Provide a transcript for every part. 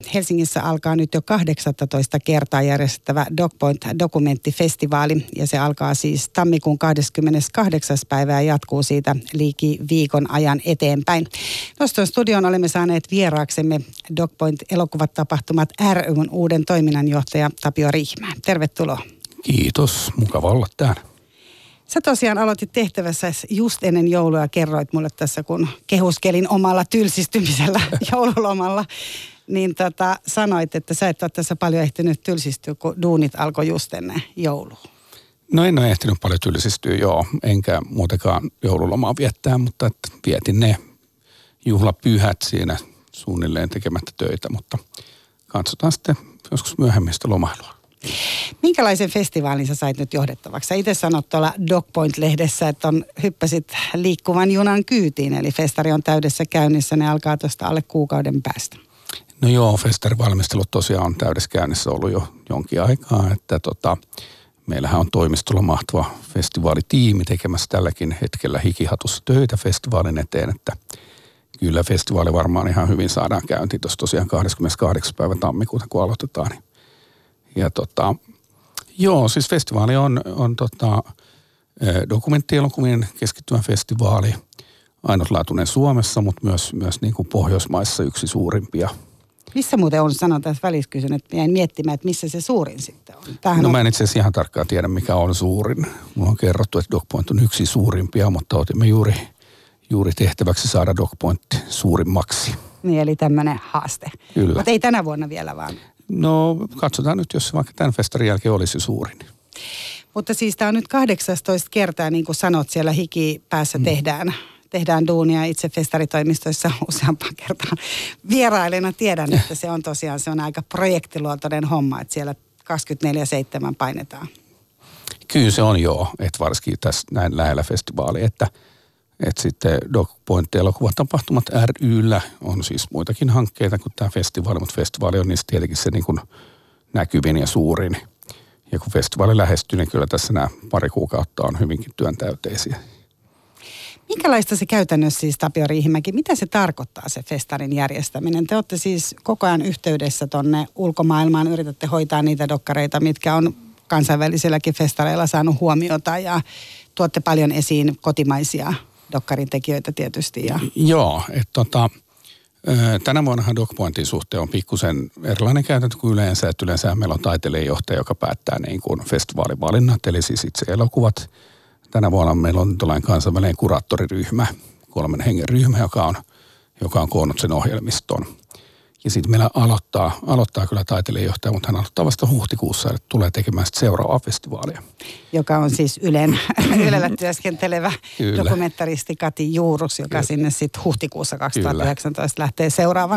Helsingissä alkaa nyt jo 18 kertaa järjestettävä DocPoint-dokumenttifestivaali. Ja se alkaa siis tammikuun 28. päivä ja jatkuu siitä liiki viikon ajan eteenpäin. Noston studioon olemme saaneet vieraaksemme DocPoint-elokuvatapahtumat ry:n uuden toiminnanjohtaja Tapio Riihimäe. Tervetuloa. Kiitos, mukava olla täällä. Sä tosiaan aloitit tehtävässä just ennen joulua ja kerroit mulle tässä, kun kehuskelin omalla tylsistymisellä joululomalla, niin sanoit, että sä et ole tässä paljon ehtinyt tylsistyä, kun duunit alkoi just ennen joulua. No en ole ehtinyt paljon tylsistyä, joo, enkä muutenkaan joululomaa viettää, mutta että vietin ne juhlapyhät siinä suunnilleen tekemättä töitä, mutta katsotaan sitten joskus myöhemmin sitä lomailua. Minkälaisen festivaalin sä sait nyt johdettavaksi? Sä itse sanot tuolla DocPoint-lehdessä, että hyppäsit liikkuvan junan kyytiin, eli festari on täydessä käynnissä, ne alkaa tuosta alle kuukauden päästä. No joo, festarivalmistelut tosiaan on täydessä käynnissä ollut jo jonkin aikaa, että meillähän on toimistolla mahtava festivaalitiimi tekemässä tälläkin hetkellä hikihatussa töitä festivaalin eteen, että kyllä festivaali varmaan ihan hyvin saadaan käyntiin tuossa tosiaan 28. päivä tammikuuta, kun aloitetaan. Ja joo, siis festivaali on dokumenttielokuvien keskittyvä festivaali, ainutlaatuinen Suomessa, mutta myös niin kuin Pohjoismaissa yksi suurimpia. Missä muuten on, sanon tässä välissä kysyn, että jäin miettimään, että missä se suurin sitten on? Mä en itse asiassa ihan tarkkaan tiedä, mikä on suurin. Mulla on kerrottu, että DocPoint on yksi suurimpia, mutta otimme juuri tehtäväksi saada DocPoint suurimmaksi. Niin, eli tämmöinen haaste. Kyllä. Mutta ei tänä vuonna vielä vaan. No katsotaan nyt, jos se vaikka tämän festarin jälkeen olisi suurin. Mutta siis tämä on nyt 18 kertaa, niin kuin sanot, siellä hikipäässä tehdään duunia. Itse festaritoimistoissa useampaan kertaan vierailena tiedän, että se on aika projektiluontoinen homma, että siellä 24/7 painetaan. Kyllä se on joo, että varsinkin tässä näin lähellä festivaalia, että sitten DocPoint-elokuvatapahtumat ry:llä on siis muitakin hankkeita kuin tämä festivaali, mutta festivaali on niistä tietenkin se niin kuin näkyvin ja suurin. Ja kun festivaali lähestyy, niin kyllä tässä nämä pari kuukautta on hyvinkin työntäyteisiä. Minkälaista se käytännössä siis, Tapio Riihimäki, mitä se tarkoittaa se festarin järjestäminen? Te olette siis koko ajan yhteydessä tonne ulkomaailmaan, yritätte hoitaa niitä dokkareita, mitkä on kansainvälisilläkin festareilla saanut huomiota ja tuotte paljon esiin kotimaisia dokkarin tekijöitä tietysti. Joo, että tänä vuonnahan DocPointin suhteen on pikkusen erilainen käytäntö kuin yleensä. Että yleensä meillä on taiteilijajohtaja, joka päättää niin kuin festivaalivalinnat, eli siis itse elokuvat. Tänä vuonna meillä on tällainen kansainvälinen kuraattoriryhmä, 3 hengen ryhmä, joka on koonnut sen ohjelmiston. Ja sitten meillä aloittaa kyllä taiteilijajohtaja, mutta hän aloittaa vasta huhtikuussa, että tulee tekemään sitten seuraavaa festivaalia. Joka on siis Ylellä työskentelevä dokumentaristi Kati Juurus, joka sinne sitten huhtikuussa 2019 lähtee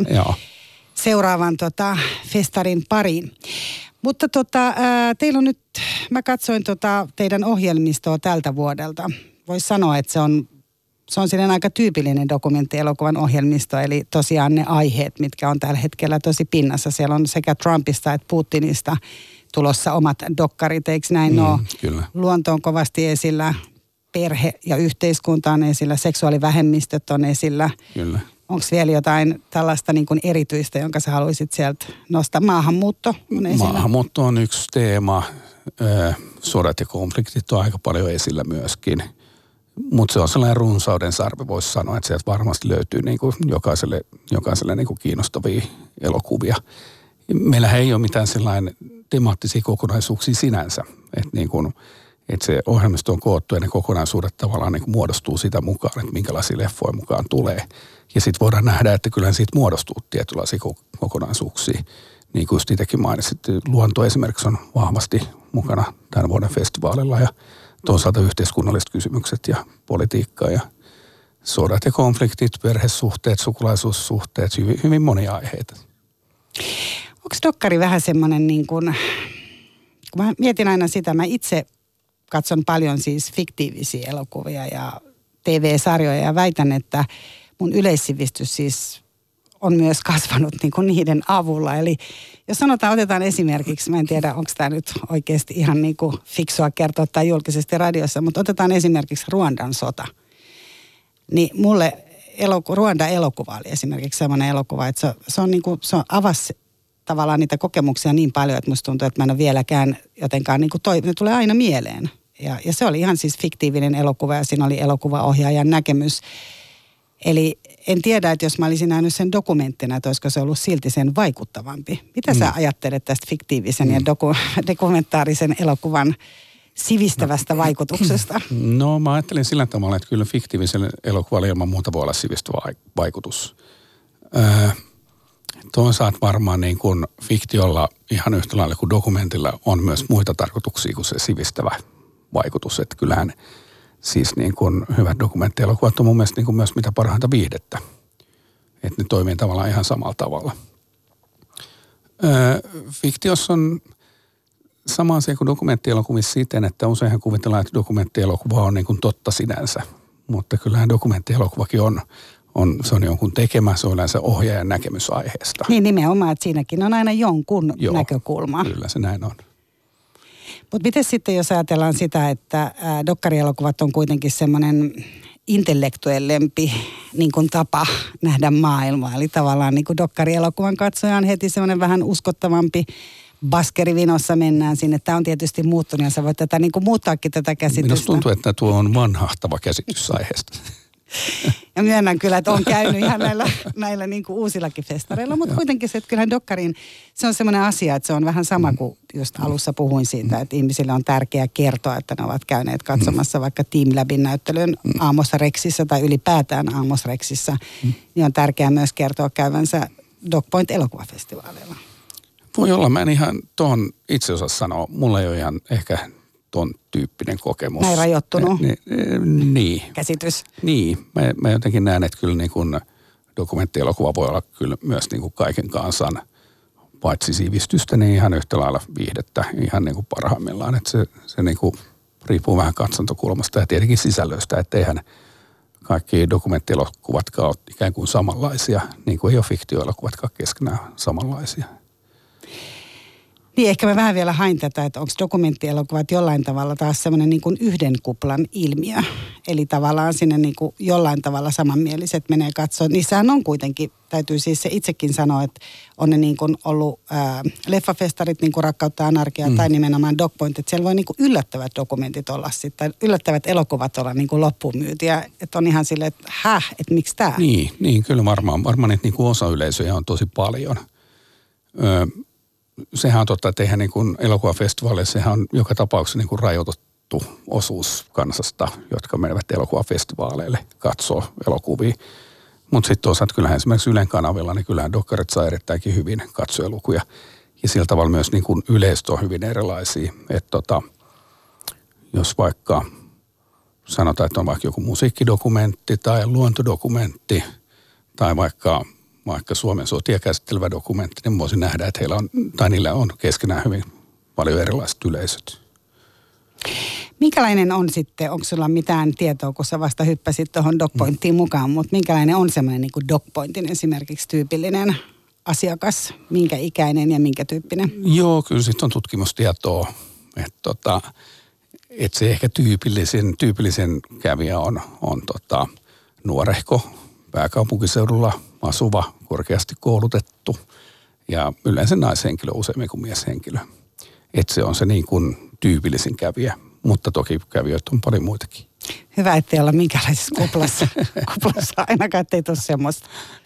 seuraavan festarin pariin. Mutta teillä on nyt, mä katsoin teidän ohjelmistoa tältä vuodelta. Voisi sanoa, että se on silleen aika tyypillinen dokumenttielokuvan ohjelmisto, eli tosiaan ne aiheet, mitkä on tällä hetkellä tosi pinnassa. Siellä on sekä Trumpista että Putinista tulossa omat dokkarit, eikö näin ole? Kyllä. Luonto on kovasti esillä, perhe ja yhteiskunta on esillä, seksuaalivähemmistöt on esillä. Kyllä. Onko vielä jotain tällaista niin kuin erityistä, jonka sä haluaisit sieltä nostaa? Maahanmuutto on esillä. Maahanmuutto on yksi teema. Sodat ja konfliktit on aika paljon esillä myöskin. Mutta se on sellainen runsauden sarve, voisi sanoa, että sieltä varmasti löytyy niin kuin jokaiselle niin kuin kiinnostavia elokuvia. Meillähän ei ole mitään sellainen temaattisia kokonaisuuksia sinänsä, että se ohjelmisto on koottu ja ne kokonaisuudet tavallaan niin kuin muodostuu sitä mukaan, että minkälaisia leffoja mukaan tulee. Ja sitten voidaan nähdä, että kyllähän siitä muodostuu tietynlaisia kokonaisuuksia. Niin kuin just itsekin mainitsit, luonto esimerkiksi on vahvasti mukana tämän vuoden festivaalilla ja toisaalta yhteiskunnalliset kysymykset ja politiikka ja sodat ja konfliktit, perhesuhteet, sukulaisuussuhteet, hyvin monia aiheita. Onko dokkari vähän semmoinen niin kuin, kun mä mietin aina sitä, mä itse katson paljon siis fiktiivisiä elokuvia ja TV-sarjoja ja väitän, että mun yleissivistys siis on myös kasvanut niin kuin niiden avulla. Eli jos otetaan esimerkiksi, mä en tiedä onko tämä nyt oikeasti ihan niin kuin fiksua kertoa tai julkisesti radiossa, mutta otetaan esimerkiksi Ruandan sota. Niin mulle Ruanda-elokuva oli esimerkiksi semmoinen elokuva, että se avasi tavallaan niitä kokemuksia niin paljon, että musta tuntuu, että mä en ole vieläkään jotenkaan niin kuin ne tulee aina mieleen. Ja se oli ihan siis fiktiivinen elokuva ja siinä oli elokuvaohjaajan näkemys. Eli en tiedä, että jos mä olisin nähnyt sen dokumenttina, että olisiko se ollut silti sen vaikuttavampi. Mitä sä ajattelet tästä fiktiivisen ja dokumentaarisen elokuvan sivistävästä vaikutuksesta? No mä ajattelin sillä tavalla, että kyllä fiktiivisen elokuvalla ilman muuta voi olla sivistävä vaikutus. Toisaalta varmaan niin kuin fiktiolla ihan yhtä lailla kuin dokumentilla on myös muita tarkoituksia kuin se sivistävä vaikutus. Että kyllähän siis niin kuin hyvät dokumenttielokuvat on mun mielestä niin kuin myös mitä parhainta viihdettä. Että ne toimii tavallaan ihan samalla tavalla. Fiktiossa on sama asia kuin dokumenttielokuvissa siten, että useinhan kuvitellaan, että dokumenttielokuva on niin kuin totta sinänsä. Mutta kyllähän dokumenttielokuvakin se on jonkun tekemä, se on yleensä ohjaajan näkemys aiheesta. Niin nimenomaan, että siinäkin on aina jonkun näkökulma. Kyllä se näin on. Mutta miten sitten, jos ajatellaan sitä, että dokkarielokuvat on kuitenkin semmoinen intellektuellempi niin kuin tapa nähdä maailmaa. Eli tavallaan niin kuin dokkarielokuvan katsoja on heti semmoinen vähän uskottavampi baskerivinossa mennään sinne. Tämä on tietysti muuttunut ja sä voit tätä niin kuin muuttaakin tätä käsitystä. Minusta tuntuu, että tuo on vanhahtava käsitys aiheesta. Ja myönnän kyllä, että on käynyt ihan näillä niin kuin uusillakin festareilla, mutta kuitenkin se, että kyllähän dokkariin se on semmoinen asia, että se on vähän sama kuin just alussa puhuin siitä, että ihmisille on tärkeää kertoa, että ne ovat käyneet katsomassa vaikka Team Labin näyttelyyn Amos Rexissä tai ylipäätään Amos Rexissä, niin on tärkeää myös kertoa käyvänsä DocPoint elokuvafestivaaleilla. Voi olla, mä en ihan tuon itse osaa sanoa, mulla ei ole ihan ehkä ton tyyppinen kokemus. Näin rajoittunut niin. Käsitys. Niin, mä jotenkin näen, että kyllä niin kuin dokumenttielokuva voi olla kyllä myös niin kuin kaiken kansan, paitsi sivistystä, niin ihan yhtä lailla viihdettä ihan niin kuin parhaimmillaan. Että se niin kuin riippuu vähän katsantokulmasta ja tietenkin sisällöstä, että eihän kaikki dokumenttielokuvatkaan ole ikään kuin samanlaisia, niin kuin ei ole fiktioelokuvatkaan keskenään samanlaisia. Niin, ehkä mä vähän vielä hain tätä, että onko dokumenttielokuvat jollain tavalla taas semmoinen niin kuin yhden kuplan ilmiö. Eli tavallaan sinne niin kuin jollain tavalla samanmieliset menee katsoa. Niissähän on kuitenkin, täytyy siis se itsekin sanoa, että on ne niin kuin ollut leffafestarit, niin kuin Rakkautta anarkiaa tai nimenomaan DocPoint. Että siellä voi niin kuin yllättävät dokumentit olla sitten, yllättävät elokuvat olla niin kuin loppuun myytiä. Että on ihan silleen, että että miksi tämä? Niin, kyllä varmaan että niin kuin osayleisöjä on tosi paljon. Sehän on totta, että eihän niin kuin elokuvafestivaaleissa, sehän on joka tapauksessa niin kuin rajoitettu osuus kansasta, jotka menevät elokuvafestivaaleille katsoo elokuvia. Mutta sitten toisaalta kyllähän esimerkiksi Ylen kanavilla, niin kyllähän dokkarit saa erittäinkin hyvin katsojalukuja. Ja sillä tavalla myös niin kuin yleisöt on hyvin erilaisia. Että jos vaikka sanotaan, että on vaikka joku musiikkidokumentti tai luontodokumentti tai vaikka Suomen sotia käsittelevä dokumentti, niin voisin nähdä, että niillä on keskenään hyvin paljon erilaiset yleisöt. Minkälainen on sitten, onko sulla mitään tietoa, kun sä vasta hyppäsit tuohon DocPointiin mukaan, mutta minkälainen on semmoinen niin kuin DocPointin esimerkiksi tyypillinen asiakas, minkä ikäinen ja minkä tyyppinen? Joo, kyllä sitten on tutkimustietoa, että se ehkä tyypillisen kävijä on nuorehko, pääkaupunkiseudulla asuva, korkeasti koulutettu ja yleensä naishenkilö useammin kuin mieshenkilö. Että se on se niin kuin tyypillisin kävijä, mutta toki kävijöitä on paljon muitakin. Hyvä, ettei olla minkälaisessa kuplassa ainakaan, ettei tule semmoista.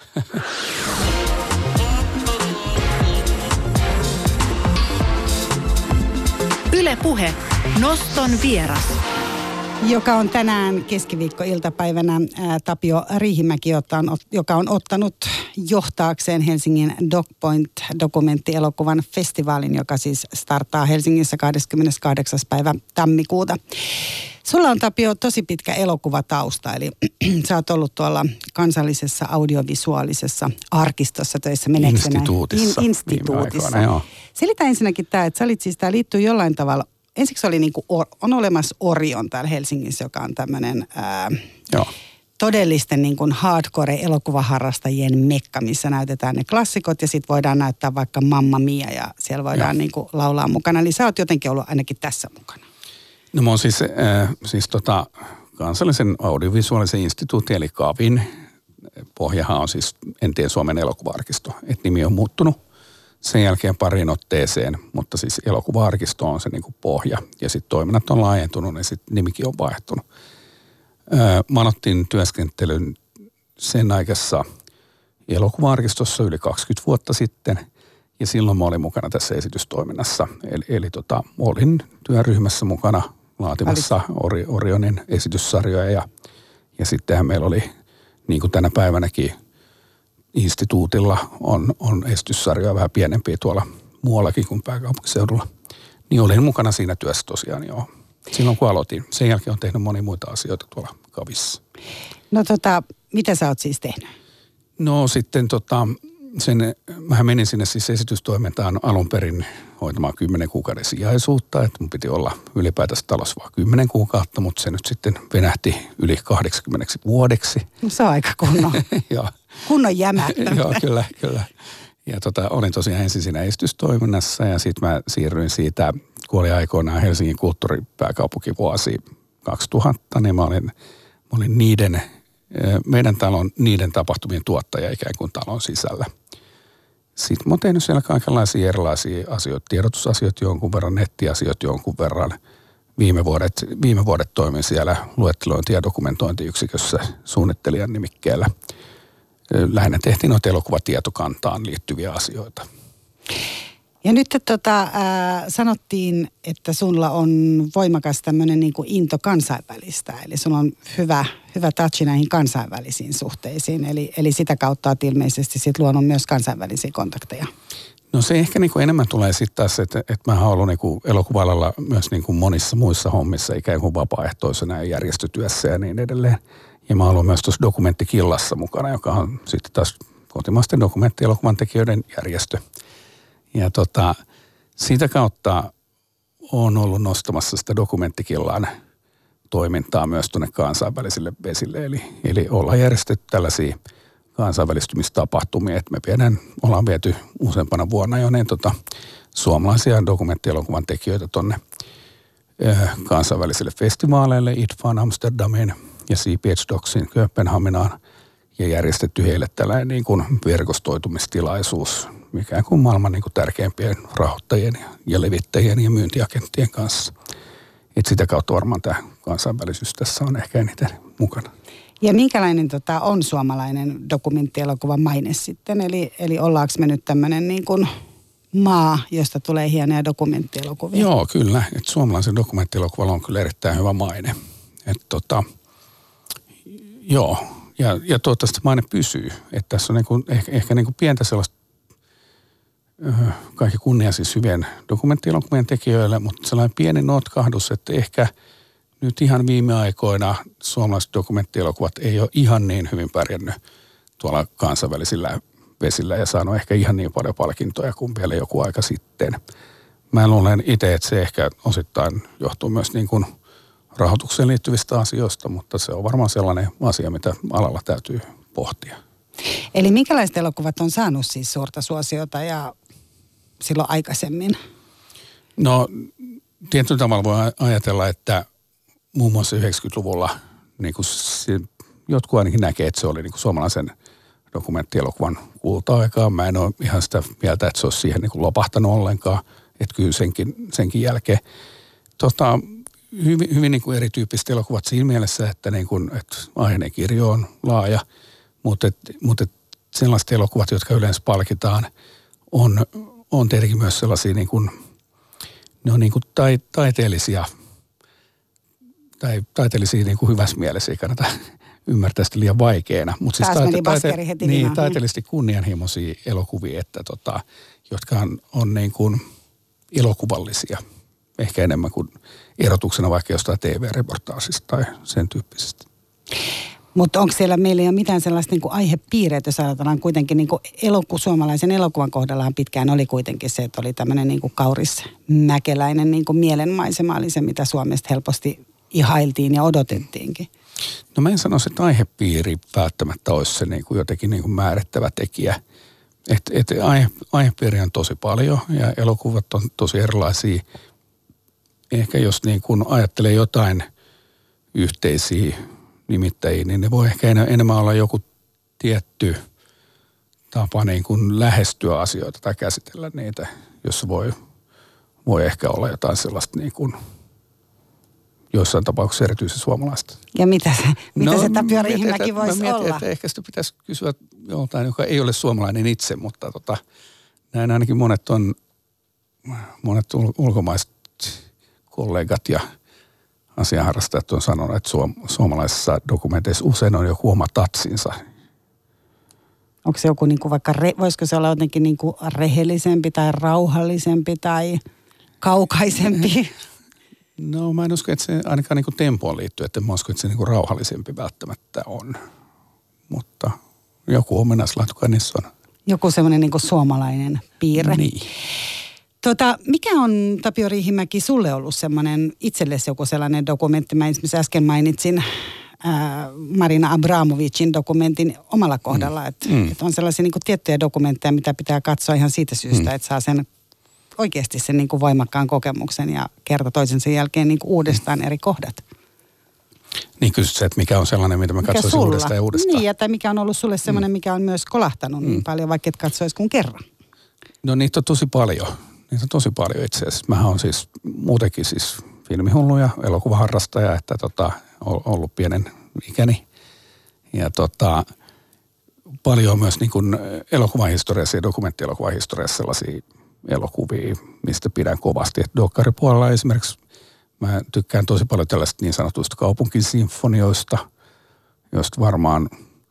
Yle Puhe. Noston vieras. Joka on tänään keskiviikkoiltapäivänä Tapio Riihimäki, joka on ottanut johtaakseen Helsingin DocPoint-dokumenttielokuvan festivaalin, joka siis starttaa Helsingissä 28. päivä tammikuuta. Sulla on, Tapio, tosi pitkä elokuvatausta, eli sä oot ollut tuolla kansallisessa audiovisuaalisessa arkistossa töissä. Instituutissa. Instituutissa. Selitä ensinnäkin tämä, että tämä liittyy jollain tavalla. Ensiksi oli on olemassa Orion täällä Helsingissä, joka on tämmöinen todellisten niin kuin hardcore-elokuvaharrastajien mekka, missä näytetään ne klassikot ja sitten voidaan näyttää vaikka Mamma Mia ja siellä voidaan niin kuin laulaa mukana. Eli sä oot jotenkin ollut ainakin tässä mukana. No mä oon siis kansallisen audiovisuaalisen instituutin eli KAVin pohjahan on siis entinen Suomen elokuva-arkisto. Et nimi on muuttunut sen jälkeen pariin otteeseen, mutta siis elokuva-arkisto on se niin kuin pohja. Ja sitten toiminnat on laajentunut, niin sitten nimikin on vaihtunut. Mä aloittin työskentelyn sen aikaisessa elokuva-arkistossa yli 20 vuotta sitten. Ja silloin mä olin mukana tässä esitystoiminnassa. Eli olin työryhmässä mukana laatimassa Orionin esityssarjoja. Ja sittenhän meillä oli, niin kuin tänä päivänäkin, instituutilla on esityssarjoja vähän pienempiä tuolla muuallakin kuin pääkaupunkiseudulla. Niin olin mukana siinä työssä tosiaan joo. Silloin kun aloitin. Sen jälkeen olen tehnyt monia muita asioita tuolla Kavissa. No mitä sä oot siis tehnyt? No sitten mähän menin sinne siis esitystoimintaan alun perin hoitamaan 10 kuukauden sijaisuutta, että mun piti olla ylipäätänsä talossa vaan 10 kuukautta, mutta se nyt sitten venähti yli 80 vuodeksi. No, se on aika kunnon jämättä. Joo, kyllä. Ja olin tosiaan ensin siinä esitystoiminnassa ja sitten mä siirryin siitä, kun oli aikoinaan Helsingin kulttuuripääkaupunkivuosi 2000, niin mä olin meidän talon niiden tapahtumien tuottaja ikään kuin talon sisällä. Sitten mä oon tehnyt siellä kaikenlaisia erilaisia asioita, tiedotusasioita jonkun verran, nettiasioita jonkun verran. Viime vuodet toimin siellä luettelointi- ja dokumentointiyksikössä suunnittelijan nimikkeellä. Lähinnä tehtiin noita elokuvatietokantaan liittyviä asioita. Ja nyt sanottiin, että sulla on voimakas tämmöinen niin kuin into kansainvälistä. Eli sulla on hyvä touchi näihin kansainvälisiin suhteisiin. Eli sitä kautta olet ilmeisesti sit luonut myös kansainvälisiä kontakteja. No se ehkä niin kuin enemmän tulee sitten taas, että mä oon ollut niin kuin elokuva-alalla myös niin kuin monissa muissa hommissa ikään kuin vapaaehtoisena ja järjestötyössä ja niin edelleen. Ja mä oon ollut myös tuossa Dokumenttikillassa mukana, joka on sitten taas kotimaisten dokumenttielokuvan tekijöiden järjestö. Ja siitä kautta on ollut nostamassa sitä Dokumenttikillan toimintaa myös tuonne kansainvälisille vesille. Eli ollaan järjestetty tällaisia kansainvälistymistapahtumia, että me ollaan viety useampana vuonna jo niin suomalaisia dokumenttielokuvan tekijöitä tuonne kansainvälisille festivaaleille, IDFAan Amsterdamiin ja CPH Docsin Kööpenhaminaan ja järjestetty heille tällainen niin kuin verkostoitumistilaisuus, mikä kuin maailman niin kuin tärkeimpien rahoittajien ja levittäjien ja myyntiagenttien kanssa. Et sitä kautta varmaan tämä kansainvälisyys tässä on ehkä eniten mukana. Ja minkälainen on suomalainen dokumenttielokuvan maine sitten? Eli ollaanko me nyt tämmöinen niin kuin maa, josta tulee hienoja dokumenttielokuvia? Joo, kyllä. Et suomalaisen dokumenttielokuvalla on kyllä erittäin hyvä maine. Joo. Ja toivottavasti maine pysyy. Että tässä on niinku, ehkä niinku pientä sellaista, kaikki kunnia siis hyvien dokumenttielokuvien tekijöille, mutta sellainen pieni notkahdus, että ehkä nyt ihan viime aikoina suomalaiset dokumenttielokuvat ei ole ihan niin hyvin pärjännyt tuolla kansainvälisillä vesillä ja saanut ehkä ihan niin paljon palkintoja kuin vielä joku aika sitten. Mä luulen itse, että se ehkä osittain johtuu myös niin kuin rahoitukseen liittyvistä asioista, mutta se on varmaan sellainen asia, mitä alalla täytyy pohtia. Eli minkälaiset elokuvat on saanut siis suurta suosiota ja silloin aikaisemmin? No tietyllä tavalla voi ajatella, että muun muassa 90-luvulla niin kuin jotkut ainakin näkee, että se oli niin kuin suomalaisen dokumenttielokuvan kulta-aikaa. Mä en ole ihan sitä mieltä, että se olisi siihen niin kuin lopahtanut ollenkaan, että kyllä senkin jälkeen. Hyvin niin kuin erityyppiset elokuvat siinä mielessä, että, niin kuin, että ainekirjo on laaja, mutta sellaiset elokuvat, jotka yleensä palkitaan, on tietenkin myös sellaisia niin kuin, ne on niin kuin taiteellisia tai taiteellisia niin kuin hyvässä mielessä, ei kannata ymmärtää sitä liian vaikeana. Mutta siis taiteellisesti kunnianhimoisia elokuvia, että jotka on niin kuin elokuvallisia. Ehkä enemmän kuin erotuksena vaikka jostain TV-reportaasista tai sen tyyppisestä. Mutta onko siellä meillä jo mitään sellaista niinku aihepiireitä, jos ajatellaan kuitenkin niinku suomalaisen elokuvan kohdallahan pitkään oli kuitenkin se, että oli tämmöinen niinku kaurismäkeläinen niinku mielenmaisema, oli se mitä Suomesta helposti ihailtiin ja odotettiinkin. No mä en sanoisi, että aihepiiri välttämättä olisi se niinku jotenkin niinku määrittävä tekijä. Että aihepiiri on tosi paljon ja elokuvat on tosi erilaisia. Ehkä jos niin kuin ajattelee jotain yhteisiä nimittäjiä, niin ne voi ehkä enemmän olla joku tietty tapa niin kuin lähestyä asioita tai käsitellä niitä, jossa voi ehkä olla jotain sellaista niin kuin joissain tapauksissa erityisen suomalaista. Ja mitä se Tapio Riihimäki voisi olla? Että ehkä sitä pitäisi kysyä joltain, joka ei ole suomalainen itse, mutta näin ainakin monet ulkomaiset kollegat ja asianharrastajat on sanonut, että suomalaisissa dokumenteissa usein on joku oma tatsinsa. Onko se joku niinku vaikka, voisiko se olla jotenkin niinku rehellisempi tai rauhallisempi tai kaukaisempi? No mä en usko, että se ainakaan niinku tempoon liittyy, että mä usko, että se niinku rauhallisempi välttämättä on. Mutta joku omenaislatuka niissä on. Joku semmoinen niinku suomalainen piirre. Niin. Mikä on, Tapio Riihimäki, sulle ollut semmoinen itsellesi joku sellainen dokumentti? Mä esimerkiksi äsken mainitsin Marina Abramovicin dokumentin omalla kohdalla. Että on sellaisia niinku tiettyjä dokumentteja, mitä pitää katsoa ihan siitä syystä, että saa sen oikeasti sen niinku voimakkaan kokemuksen ja kerta toisensa jälkeen niinku uudestaan eri kohdat. Niin kysyt se, että mikä on sellainen, mitä mä katsoisin uudestaan ja uudestaan. Niin, tai mikä on ollut sulle sellainen, mikä on myös kolahtanut niin paljon, vaikka et katsoisi kuin kerran. No niitä on tosi paljon. Itse asiassa. Mähän on siis muutenkin siis filmihullu ja elokuvaharrastaja, että ollut pienen ikäni. Ja paljon on myös niin kuin elokuvahistoriassa ja dokumenttielokuvahistoriassa sellaisia elokuvia, mistä pidän kovasti. Et dokkaripuolella esimerkiksi mä tykkään tosi paljon tällaista niin sanotuista kaupunkisinfonioista, joista varmaan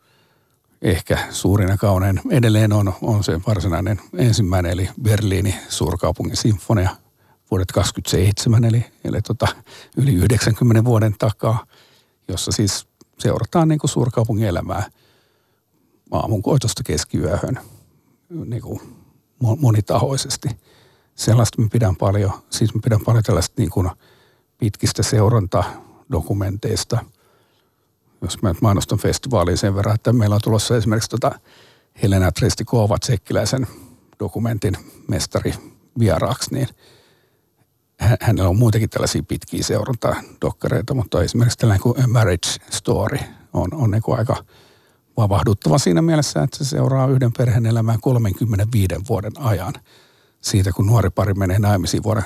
ehkä suurin ja kaunein edelleen on se varsinainen ensimmäinen, eli Berliinin suurkaupungin sinfonia vuodet 27, eli yli 90 vuoden takaa, jossa siis seurataan niin kuin suurkaupungin elämää aamunkoitosta keskiyöhön niin kuin monitahoisesti. Sellaista mä pidän paljon. Siis mä pidän paljon tällaista niin kuin pitkistä seurantadokumenteista. Jos mä nyt mainostan festivaaliin sen verran, että meillä on tulossa esimerkiksi Helena Trestikova tsekkiläisen dokumentin mestari vieraaksi, niin hänellä on muitakin tällaisia pitkiä seurantadokkareita, mutta esimerkiksi tällainen kuin A Marriage Story on niin kuin aika vavahduttava siinä mielessä, että se seuraa yhden perheen elämää 35 vuoden ajan. Siitä, kun nuori pari menee naimisiin vuoden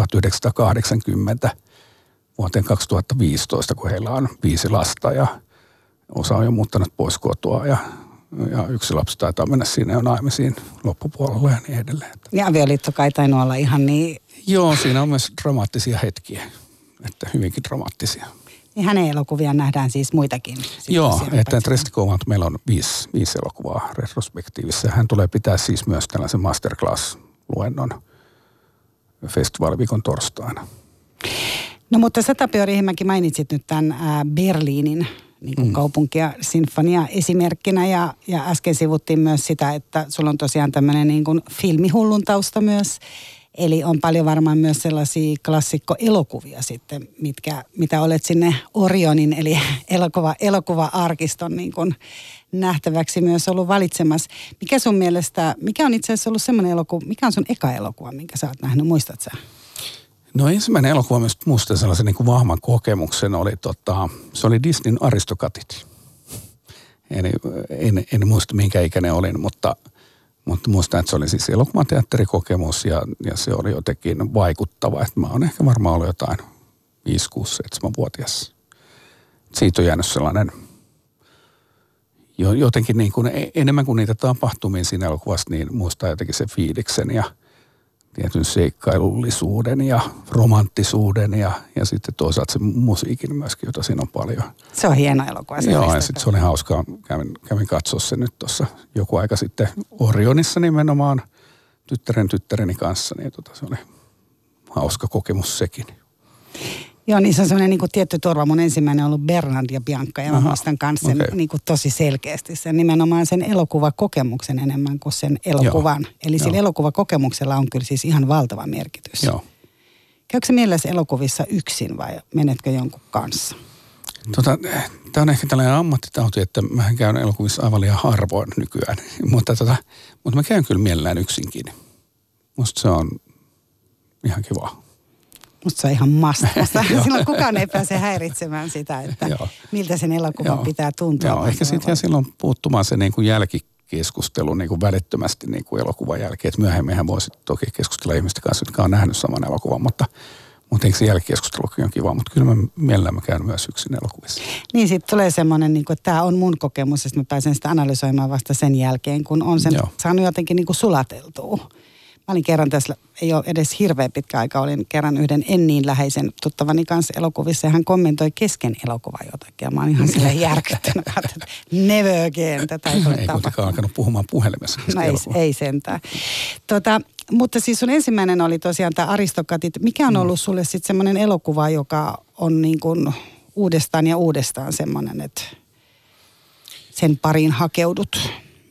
1980 vuoteen 2015, kun heillä on 5 lasta ja osa on jo muuttanut pois kotoa ja yksi lapsi taitaa mennä siinä jo naimisiin loppupuolella ja niin edelleen. Ja avioliitto kai tainnut olla ihan niin. Joo, siinä on myös dramaattisia hetkiä, että hyvinkin dramaattisia. Niin hänen elokuviaan nähdään siis muitakin. Joo, että Trestikovalta meillä on 5 elokuvaa retrospektiivissä. Hän tulee pitää siis myös tällaisen masterclass-luennon festivaaliviikon torstaina. No mutta sä, Tapio Riihimäki, mainitsit nyt tämän Berliinin niin kuin kaupunkia sinfonia esimerkkinä ja äsken sivuttiin myös sitä, että sulla on tosiaan tämmöinen niin kuin filmihullun tausta myös. Eli on paljon varmaan myös sellaisia klassikkoelokuvia sitten, mitä olet sinne Orionin eli elokuva-arkiston niin kuin nähtäväksi myös ollut valitsemassa. Mikä sun mielestä, mikä on itse asiassa ollut semmoinen elokuva, mikä on sun eka elokuva, minkä sä oot nähnyt, muistat sä? No ensimmäinen elokuva myös muistan sellaisen niin kuin vahvan kokemuksen oli, se oli Disneyn Aristokatit. En muista minkä ikäinen olin, mutta muistan, että se oli siis elokuvateatterikokemus ja se oli jotenkin vaikuttava. Että mä oon ehkä varmaan ollut jotain 5, 6, 7-vuotias. Siitä on jäänyt sellainen jotenkin niin kuin enemmän kuin niitä tapahtumia siinä elokuvassa, niin muistaa jotenkin sen fiiliksen ja tietyn seikkailullisuuden ja romanttisuuden ja sitten toisaalta se musiikin myöskin, jota siinä on paljon. Se on hieno elokuva. Joo, ja sitten se oli hauskaa. Kävin katsoa sen nyt tuossa joku aika sitten Orionissa nimenomaan tyttäreni kanssa, niin se oli hauska kokemus sekin. Joo, niin se on sellainen niin kuin tietty turva. Mun ensimmäinen on ollut Bernard ja Bianca ja mä muistan kanssa sen niin kuin tosi selkeästi. Sen nimenomaan sen elokuvakokemuksen enemmän kuin sen elokuvan. Joo. Eli sillä elokuvakokemuksella on kyllä siis ihan valtava merkitys. Joo. Käykö se mielessä elokuvissa yksin vai menetkö jonkun kanssa? Tämä on ehkä tällainen ammattitauti, että mähän käyn elokuvissa aivan liian harvoin nykyään. Mutta mä käyn kyllä mielellään yksinkin. Musta se on ihan kiva. Musta se on ihan mastasta. Silloin kukaan ei pääse häiritsemään sitä, että miltä sen elokuvan pitää tuntua. Joo, ehkä sitten silloin puuttumaan se niin kuin keskustelu niin kuin välittömästi niin kuin elokuvan jälkeen. Et myöhemminhän voisi toki keskustella ihmisten kanssa, jotka on nähnyt saman elokuvan, mutta eikö se jälkikeskustelukin on kiva, mutta kyllä mä mielelläni käyn myös yksin elokuvissa. Niin, sitten tulee semmoinen, niin kuin, että tämä on mun kokemus, että mä pääsen sitä analysoimaan vasta sen jälkeen, kun on sen saanut jotenkin niin kuin sulateltua. Mä olin kerran tässä, ei ole edes hirveän pitkä aika, olin kerran yhden en niin läheisen tuttavani kanssa elokuvissa ja hän kommentoi kesken elokuvaa jotakin. Ja mä olin ihan silleen järkyttynyt, että never again, tätä ei tule tapahtumaan. Ei kuitenkaan alkanut puhumaan puhelimessa. No ei sentään. Mutta siis sun ensimmäinen oli tosiaan tämä Aristokatit. Mikä on ollut sulle sitten semmoinen elokuva, joka on niin kuin uudestaan ja uudestaan semmoinen, että sen pariin hakeudut?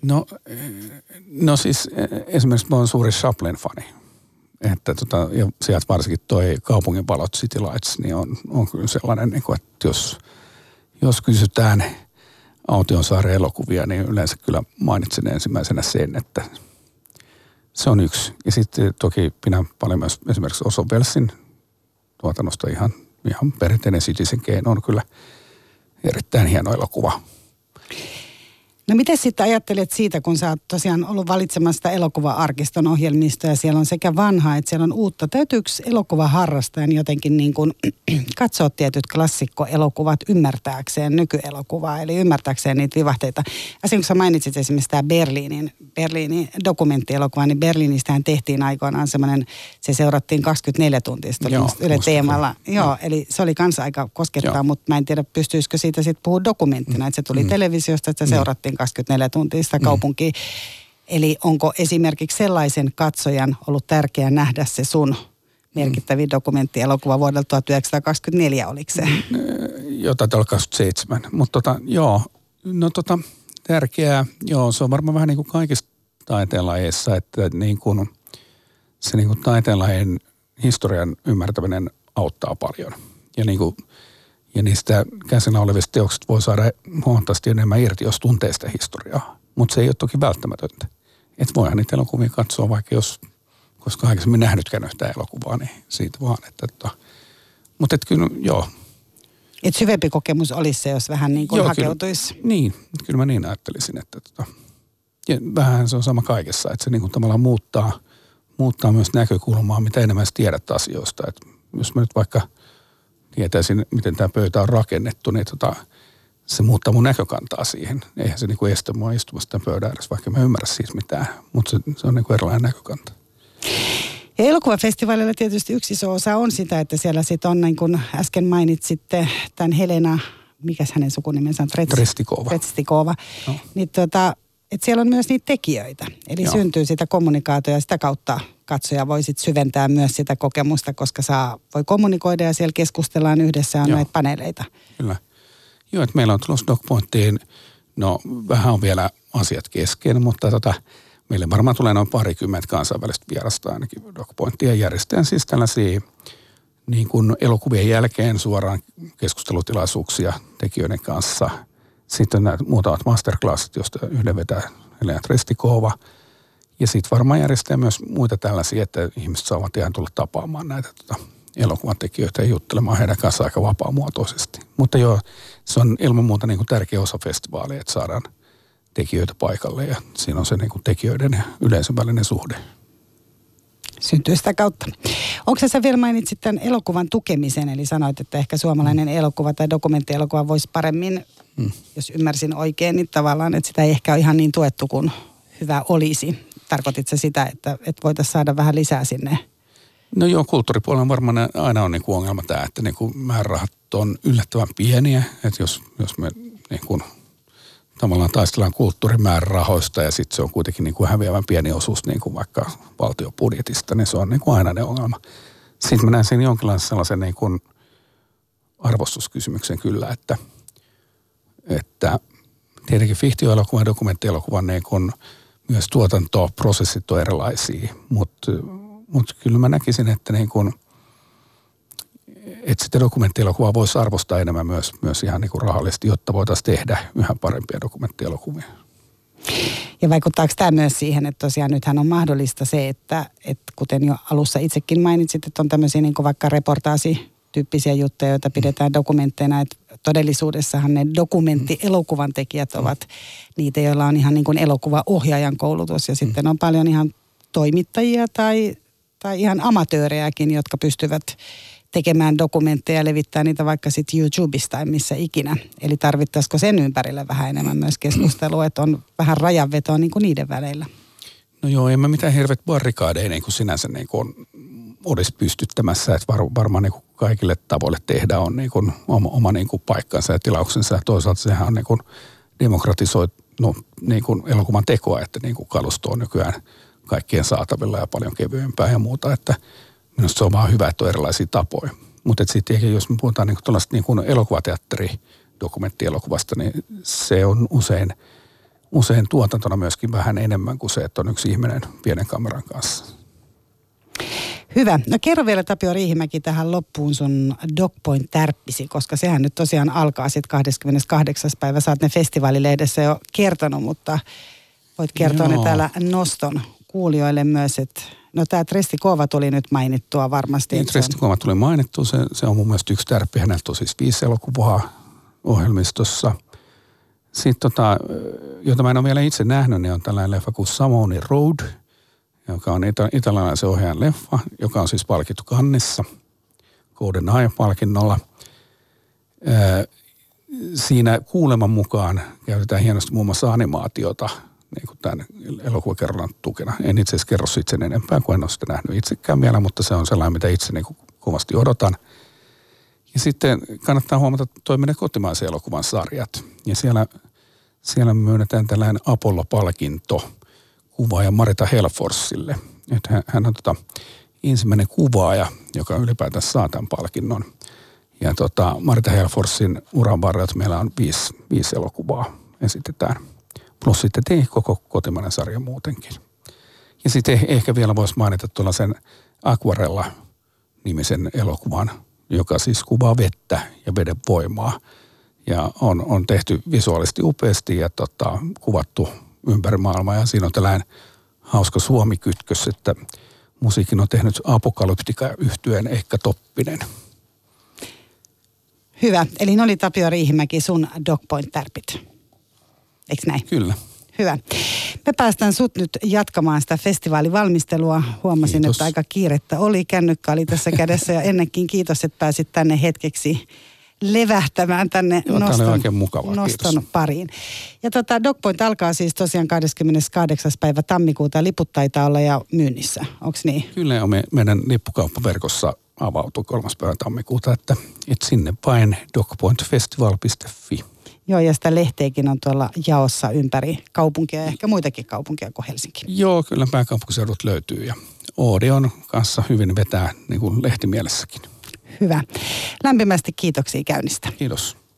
No siis esimerkiksi mä oon suuri Chaplin-fani. Että ja sieltä varsinkin toi Kaupungin valot, City Lights, niin on kyllä sellainen, niin kuin, että jos kysytään Autiosaaren elokuvia, niin yleensä kyllä mainitsen ensimmäisenä sen, että se on yksi. Ja sitten toki pidän paljon myös esimerkiksi Orson Wellesin tuotannosta ihan perinteinen Citizen Kane on kyllä erittäin hieno elokuva. No miten sitten ajattelet siitä, kun sä oot tosiaan ollut valitsemassa sitä elokuva-arkiston ohjelmistoa ja siellä on sekä vanhaa että siellä on uutta. Täytyykö elokuvaharrastajan jotenkin niin kuin katsoa tietyt klassikkoelokuvat ymmärtääkseen nykyelokuvaa, eli ymmärtääkseen niitä vivahteita? Äsken kun sä mainitsit esimerkiksi tämä Berliinin dokumenttielokuva, niin Berliinistähän tehtiin aikoinaan semmoinen, se seurattiin 24 tuntia, se oli Yle Teemalla. Joo, eli se oli kanssa aika koskettavaa, mutta mä en tiedä, pystyisikö siitä sitten puhua dokumenttina, että se tuli televisiosta, että se seurattiin 24 tuntia sitä kaupunkia. Eli onko esimerkiksi sellaisen katsojan ollut tärkeää nähdä se sun merkittävin dokumenttielokuva vuodelta 1924, oliko se? Taitaa olla 27, mutta tärkeää, se on varmaan vähän niin kuin kaikissa taiteenlajeissa, että niin kuin se niin kuin taiteenlajien historian ymmärtäminen auttaa paljon. Ja niistä käsillä olevista teoksista voi saada huomattavasti enemmän irti, jos tuntee sitä historiaa. Mutta se ei ole toki välttämätöntä. Että voihan niitä elokuvia katsoa, vaikka koska aikaisemmin nähnytkään yhtään elokuvaa, niin siitä vaan. Mutta kyllä, joo. Että syvempi kokemus olisi se, jos vähän niin kuin hakeutuisi. Kyllä mä niin ajattelisin, että ja vähän se on sama kaikessa, että se niin kuin tavallaan muuttaa myös näkökulmaa, mitä enemmän sä tiedät asioista. Että jos mä nyt vaikka tietäisin, miten tämä pöytä on rakennettu, niin se muuttaa mun näkökantaa siihen. Eihän se niinku estä mua istumasta tämän pöydän ääressä, vaikka mä ymmärrä siis mitään, mutta se on niinku erilainen näkökanta. Ja elokuvafestivaalilla tietysti yksi iso osa on sitä, että siellä sitten on, niin kuin äsken mainitsitte, tämän Helena, mikäs hänen sukunimensä on? Tretstikova. No. Niin että siellä on myös niitä tekijöitä. Eli syntyy sitä kommunikaatiota ja sitä kautta katsoja voi sitten syventää myös sitä kokemusta, koska voi kommunikoida ja siellä keskustellaan yhdessä on näitä paneeleita. Kyllä. Joo, että meillä on tulossa DocPointiin, vähän on vielä asiat kesken, mutta meille varmaan tulee noin 20 kansainvälistä vierasta ainakin DocPointiin ja järjestetään siis tällaisia niin kuin elokuvien jälkeen suoraan keskustelutilaisuuksia tekijöiden kanssa. Sitten on näitä muutamat masterclassit, joista yhden vetää Helena Tretstikova. Ja sitten varmaan järjestää myös muita tällaisia, että ihmiset saavat ihan tulla tapaamaan näitä elokuvan tekijöitä ja juttelemaan heidän kanssaan aika vapaamuotoisesti. Mutta se on ilman muuta niin kuin tärkeä osa festivaalia, että saadaan tekijöitä paikalle ja siinä on se niin kuin tekijöiden ja yleisön välinen suhde. Syntyy sitä kautta. Onko sä vielä mainitsit tämän elokuvan tukemisen, eli sanoit, että ehkä suomalainen elokuva tai dokumenttielokuva voisi paremmin, jos ymmärsin oikein, niin tavallaan, että sitä ei ehkä ole ihan niin tuettu kuin hyvä olisi. Tarkoitit sä sitä, että voitaisiin saada vähän lisää sinne? No joo, kulttuuripuolella varmaan aina on niin kuin ongelma tämä, että niin kuin määrärahat on yllättävän pieniä, että jos me niin kuin tavallaan taistellaan kulttuurimäärärahoista ja sitten se on kuitenkin niin kuin häviävän pieni osuus niin kuin vaikka valtiobudjetista, niin se on niin kuin aina ne ongelma. Sitten mä näen siinä jonkinlaisen sellaisen niin kuin arvostuskysymyksen kyllä, että tietenkin fiktioelokuvan ja dokumenttielokuvan niin kuin myös tuotantoprosessit on erilaisia, mutta kyllä mä näkisin, että niin kuin että sitä dokumenttielokuvaa voisi arvostaa enemmän myös ihan niin kuin rahallisesti, jotta voitaisiin tehdä yhä parempia dokumenttielokuvia. Ja vaikuttaako tämä myös siihen, että tosiaan nythän on mahdollista se, että kuten jo alussa itsekin mainitsit, että on tämmöisiä niin kuin vaikka reportaasityyppisiä juttuja, joita pidetään dokumentteina, että todellisuudessahan ne dokumenttielokuvan tekijät ovat niitä, joilla on ihan niin kuin elokuvaohjaajan koulutus. Ja sitten on paljon ihan toimittajia tai ihan amatöörejäkin, jotka pystyvät tekemään dokumentteja ja levittää niitä vaikka sitten YouTubesta tai missä ikinä. Eli tarvittaisiko sen ympärille vähän enemmän myös keskustelua, että on vähän rajanvetoa niin kuin niiden väleillä. No joo, en mä mitään hirveät barrikaadeja niin kuin sinänsä niin kuin olisi pystyttämässä, että varmaan niin kuin kaikille tavoille tehdä on niin kuin oma niin kuin paikkansa ja tilauksensa. Toisaalta sehän on niin kuin demokratisoinut niin kuin elokuvan tekoa, että niin kuin kalusto on nykyään kaikkien saatavilla ja paljon kevyempää ja muuta, että minusta se on vaan hyvä, että on erilaisia tapoja. Mutta sitten jos me puhutaan niin tuollaista niin elokuvateatteri-dokumenttielokuvasta, niin se on usein tuotantona myöskin vähän enemmän kuin se, että on yksi ihminen pienen kameran kanssa. Hyvä. No kerro vielä Tapio Riihimäki tähän loppuun sun DocPoint-tärppisi, koska sehän nyt tosiaan alkaa sitten 28. päivä. Sä oot ne festivaalilehdessä jo kertonut, mutta voit kertoa ne täällä Noston kuulijoille myös, että no tämä Trestikova tuli nyt mainittua varmasti. Niin, Trestikova tuli mainittua. Se on mun mielestä yksi tärppi. Häneltä on siis 5 elokuvaa ohjelmistossa. Sitten jota mä en ole vielä itse nähnyt, niin on tällainen leffa kuin Samoni Road, joka on italialaisen ohjaajan leffa, joka on siis palkittu Cannessa Golden Eye-palkinnolla. Siinä kuuleman mukaan käytetään hienosti muun muassa animaatiota niin kuin tämän elokuvakerronnan tukena. En itse asiassa kerro siitä sen enempää, kun en ole sitä nähnyt itsekään vielä, mutta se on sellainen, mitä itse niin kuin kovasti odotan. Ja sitten kannattaa huomata, että toi menee kotimaisen elokuvan sarjat. Ja siellä myönnetään tällainen Apollo-palkinto kuvaaja Marita Helforsille. Että hän on ensimmäinen kuvaaja, joka ylipäätään saa tämän palkinnon. Ja Marita Helforsin uran varrelta meillä on 5 elokuvaa esitetään. Plus sitten koko kotimainen sarja muutenkin. Ja sitten ehkä vielä voisi mainita tuollaisen Aquarella-nimisen elokuvan, joka siis kuvaa vettä ja veden voimaa. Ja on tehty visuaalisesti upeasti ja kuvattu ympäri maailmaa. Ja siinä on tällainen hauska suomikytkös, että musiikin on tehnyt Apokalyptika-yhtyeen Ehkä Toppinen. Hyvä. Eli ne oli Tapio Riihimäki sun DocPoint-tärpit. Eikö näin? Kyllä. Hyvä. Me päästään sut nyt jatkamaan sitä festivaalivalmistelua. Huomasin, Kiitos. että aika kiirettä oli. Kännykkä oli tässä kädessä ja ennenkin kiitos, että pääsit tänne hetkeksi levähtämään tänne Noston pariin. Ja DocPoint alkaa siis tosiaan 28. päivä tammikuuta. Liput taitaa olla ja myynnissä. Onko niin? Kyllä, meidän lippukauppaverkossa avautui 3. päivä tammikuuta, että sinne vain docpointfestival.fi. Joo, ja sitä lehteekin on tuolla jaossa ympäri kaupunkia ja ehkä muitakin kaupunkia kuin Helsinki. Joo, kyllä pääkaupunkiseudut löytyy ja Odeon kanssa hyvin vetää niin kuin lehtimielessäkin. Hyvä. Lämpimästi kiitoksia käynnistä. Kiitos.